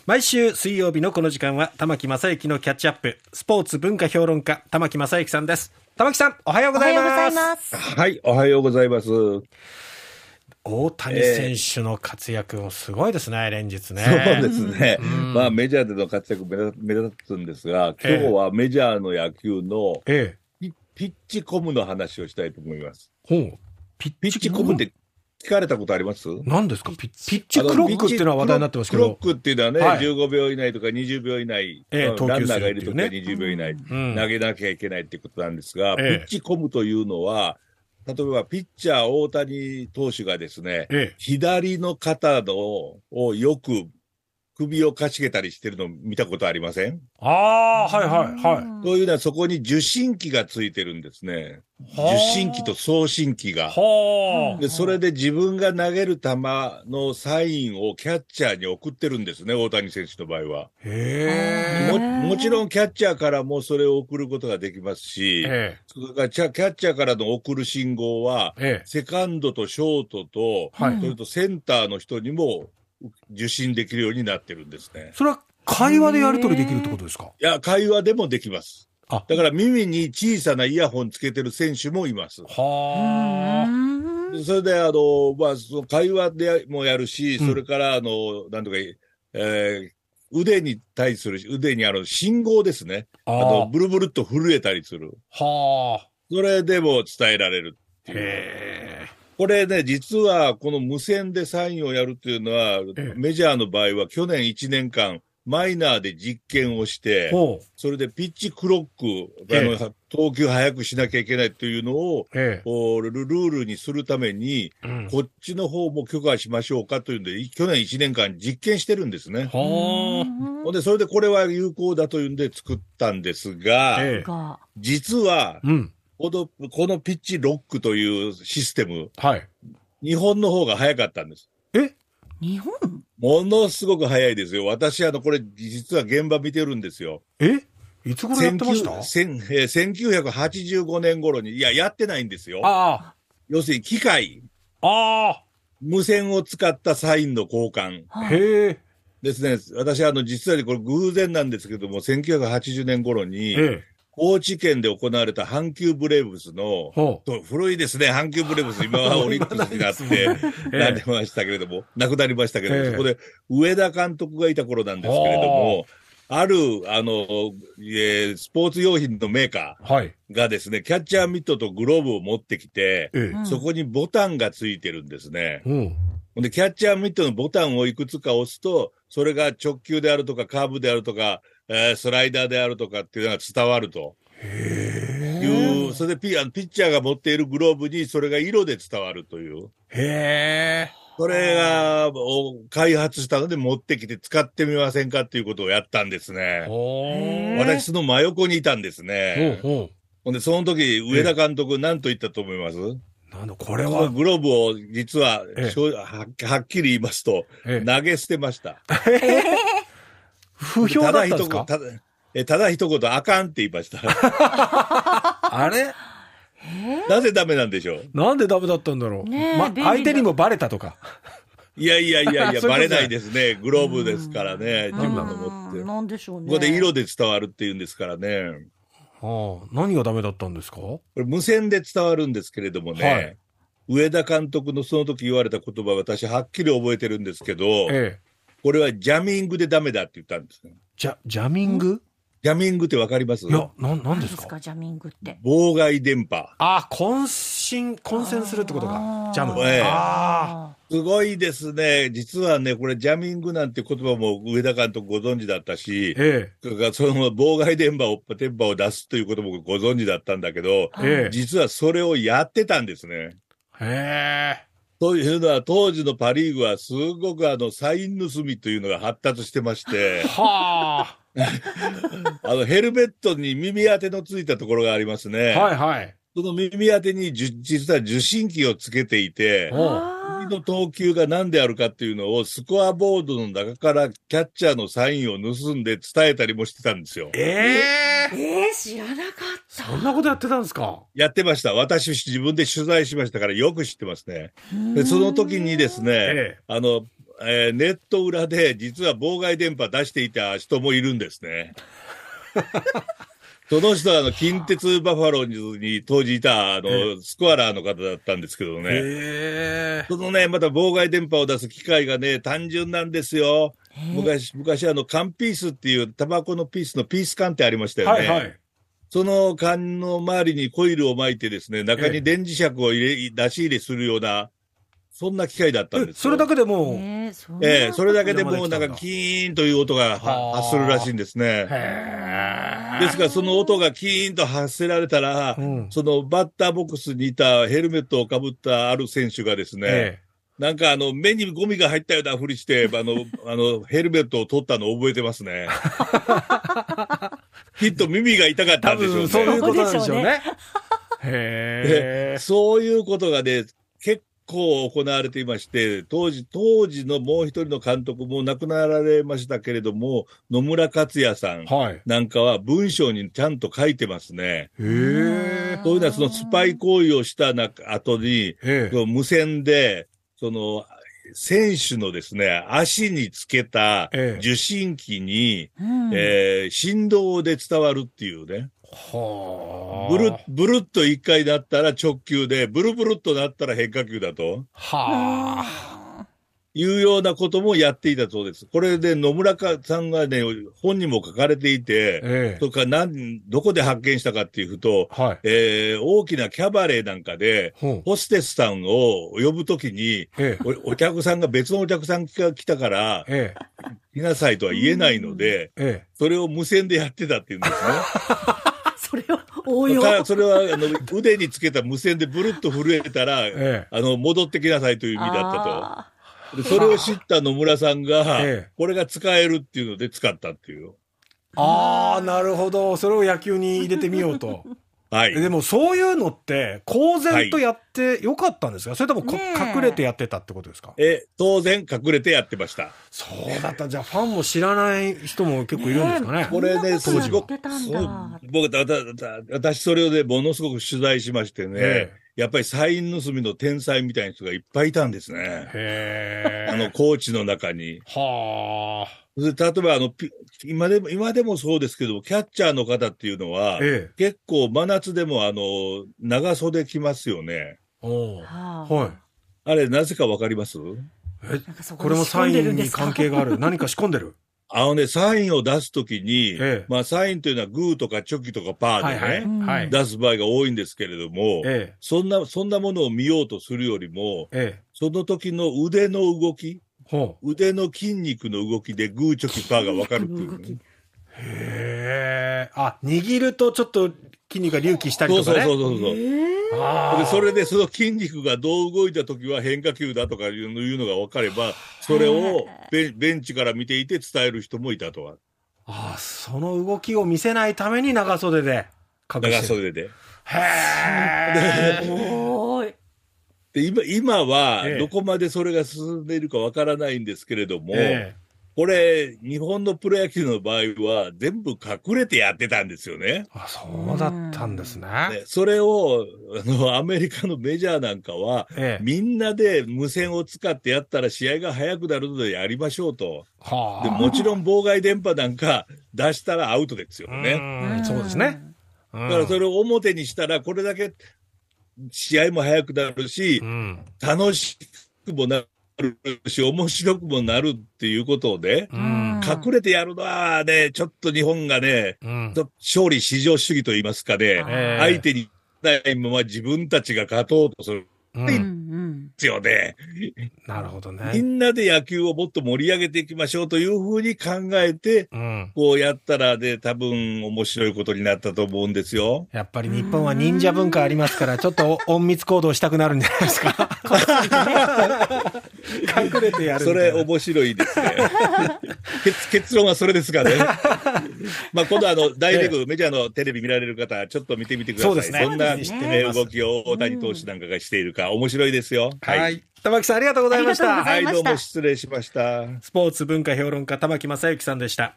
毎週水曜日のこの時間は玉木正之のキャッチアップ、スポーツ文化評論家玉木正之さんです。玉木さん、おはようございます。 はい、おはようございます。 大谷選手の活躍もすごいですね、連日ね。 そうですね、まあ、メジャーでの活躍目立つんですが、今日はメジャーの野球のピッチコムの話をしたいと思います。 ピッチコムって聞かれたことあります？ 何ですか？ピッチクロックっていうのは話題になってますけど、 クロックっていうのはね、15秒以内とか20秒以内、ランナーがいるとか20秒以内、投げなきゃいけないってことなんですが、ピッチコムというのは、例えばピッチャー大谷投手がですね、左の肩をよく首をかしげたりしてるのを見たことありません？ はいはいはい。 というのはそこに受信機がついてるんですね。受信機と送信機が。で、それで自分が投げる球のサインをキャッチャーに送ってるんですね、大谷選手の場合は。もちろんキャッチャーからもそれを送ることができますし、それからキャッチャーからの送る信号は、セカンドとショートと、それとセンターの人にも受信できるようになってるんですね。 それは会話でやり取りできるってことですか？ いや、会話でもできます。だから耳に小さなイヤホンつけてる選手もいます。それで、その会話でもやるし、それから、なんとか、腕に信号ですね。ブルブルっと震えたりする。それでも伝えられるっていう。これね、実はこの無線でサインをやるっていうのは、メジャーの場合は去年1年間、マイナーで実験をして、それでピッチクロック、投球早くしなきゃいけないというのを、ルールにするために、こっちの方も許可しましょうかというんで、去年1年間実験してるんですね。で、それでこれは有効だというんで作ったんですが、実は、このピッチロックというシステム、日本の方が早かったんです。 日本？ ものすごく早いですよ。私、これ、実は現場見てるんですよ。 いつ頃やってました ？1985年頃に、やってないんですよ。要するに機械。無線を使ったサインの交換。ですね。私、実はこれ偶然なんですけども、1980年頃に、高知県で行われた阪急ブレーブスの、古いですね、阪急ブレーブス、今はオリックスになって、なってましたけれども、亡くなりましたけれども、そこで上田監督がいた頃なんですけれども、ある、スポーツ用品のメーカーがですね、キャッチャーミットとグローブを持ってきて、そこにボタンがついてるんですね。で、キャッチャーミットのボタンをいくつか押すと、それが直球であるとか、カーブであるとか、スライダーであるとかっていうのが伝わるという、それでピッチャーが持っているグローブにそれが色で伝わるという。それが開発したので持ってきて使ってみませんかっていうことをやったんですね。私その真横にいたんですね。ほんで、その時、上田監督何と言ったと思います？ これはグローブを実は、はっきり言いますと、投げ捨てました。 不評だったんですか？ ただ一言、あかんって言いました。 あれなぜダメなんでしょう？ なんでダメだったんだろう。相手にもバレたとか。 いや、バレないですね。グローブですからね。自分の持って。 なんでしょうね。 ここで色で伝わるっていうんですからね。 何がダメだったんですか？ これ無線で伝わるんですけれどもね。上田監督のその時言われた言葉、私はっきり覚えてるんですけど、これはジャミングでダメだって言ったんですね。 ジャミング？ ジャミングってわかります？ いや、なんですかジャミングって。 妨害電波。 混線するってことか。ジャム。 すごいですね。実はね、これジャミングなんて言葉も上田監督ご存知だったし、その妨害電波を出すということもご存知だったんだけど、実はそれをやってたんですね。というのは、当時のパリーグはすごくサイン盗みというのが発達してまして、ヘルメットに耳当てのついたところがありますね。その耳当てに実は受信機をつけていて、次の投球が何であるかっていうのをスコアボードの中からキャッチャーのサインを盗んで伝えたりもしてたんですよ。 知らなかった。 そんなことやってたんですか？ やってました。私自分で取材しましたからよく知ってますね。でその時にですね、 ネット裏で実は妨害電波出していた人もいるんですね。その人は近鉄バファローズに当時いたスコアラーの方だったんですけどね。そのね、また妨害電波を出す機械がね、単純なんですよ。昔缶ピースっていうタバコのピースのピース缶ってありましたよね。はいはい。その缶の周りにコイルを巻いてですね、中に電磁石を出し入れするような、そんな機械だったんですよ。 それだけでもそれだけでもなんかキーンという音が発するらしいんですね。ですからその音がキーンと発せられたら、そのバッターボックスにいたヘルメットをかぶったある選手がですね、なんか目にゴミが入ったようなふりして、ヘルメットを取ったのを覚えてますね。きっと耳が痛かったんでしょうね。 そういうことなんでしょうね。 そういうことがね、結構行われていまして、当時のもう一人の監督も亡くなられましたけれども、野村克也さんなんかは文章にちゃんと書いてますね。そういうのはそのスパイ行為をした後に、無線で、選手のですね、足につけた受信機に、振動で伝わるっていうね。ブルッと一回なったら直球で、ブルブルっとなったら変化球だと。いうようなこともやっていたそうです。これで野村さんがね、本にも書かれていて、どこで発見したかっていうと、大きなキャバレーなんかで、ホステスさんを呼ぶときに、お客さんが別のお客さんが来たから、来なさいとは言えないので、それを無線でやってたっていうんですね。 それは応用。 それは腕につけた無線でブルッと震えたら、戻ってきなさいという意味だったと。それを知った野村さんが、これが使えるっていうので使ったっていう。 なるほど。それを野球に入れてみようと。はい。でもそういうのって、公然とやってよかったんですか？それとも隠れてやってたってことですか？ 当然隠れてやってました。 そうだった。じゃあファンも知らない人も結構いるんですかね。 これね、すごく、私それをね、ものすごく取材しましてね、やっぱりサイン盗みの天才みたいな人がいっぱいいたんですね。コーチの中に。例えば今でもそうですけど、キャッチャーの方っていうのは、結構真夏でも長袖着ますよね。 はい。 あれ、なぜかわかります？ これもサインに関係がある。何か仕込んでる？ サインを出すときに、サインというのはグーとかチョキとかパーでね、出す場合が多いんですけれども、そんなものを見ようとするよりも、その時の腕の動き、腕の筋肉の動きでグーチョキパーが分かるっていう、 握るとちょっと筋肉が隆起したりとかね。 そう。それでその筋肉がどう動いた時は変化球だとかいうのが分かれば、それをベンチから見ていて伝える人もいたとは。 その動きを見せないために長袖で隠してる。長袖で。 すごい。 で今はどこまでそれが進んでいるかわからないんですけれども、これ日本のプロ野球の場合は全部隠れてやってたんですよね。 そうだったんですね。 それをアメリカのメジャーなんかは、みんなで無線を使ってやったら試合が速くなるのでやりましょうと。でもちろん妨害電波なんか出したらアウトですよね。 そうですね。 だからそれを表にしたらこれだけ試合も速くなるし、楽しくもなるし、面白くもなるっていうことで、隠れてやるのはね、ちょっと日本がね、勝利至上主義と言いますかね、相手にないまま自分たちが勝とうとする。ですよね。 なるほどね。 みんなで野球をもっと盛り上げていきましょうというふうに考えて、こうやったらね、多分面白いことになったと思うんですよ。 やっぱり日本は忍者文化ありますから、ちょっと隠密行動したくなるんじゃないですか。隠れてやる。 それ面白いですね。結論はそれですがね。まあ今度大リーグ、メジャーのテレビ見られる方、ちょっと見てみてください。 そうですね。 どんな動きを大谷投手なんかがしているか、面白いですよ。 はい。玉木さんありがとうございました。 はい、どうも失礼しました。 スポーツ文化評論家玉木正之さんでした。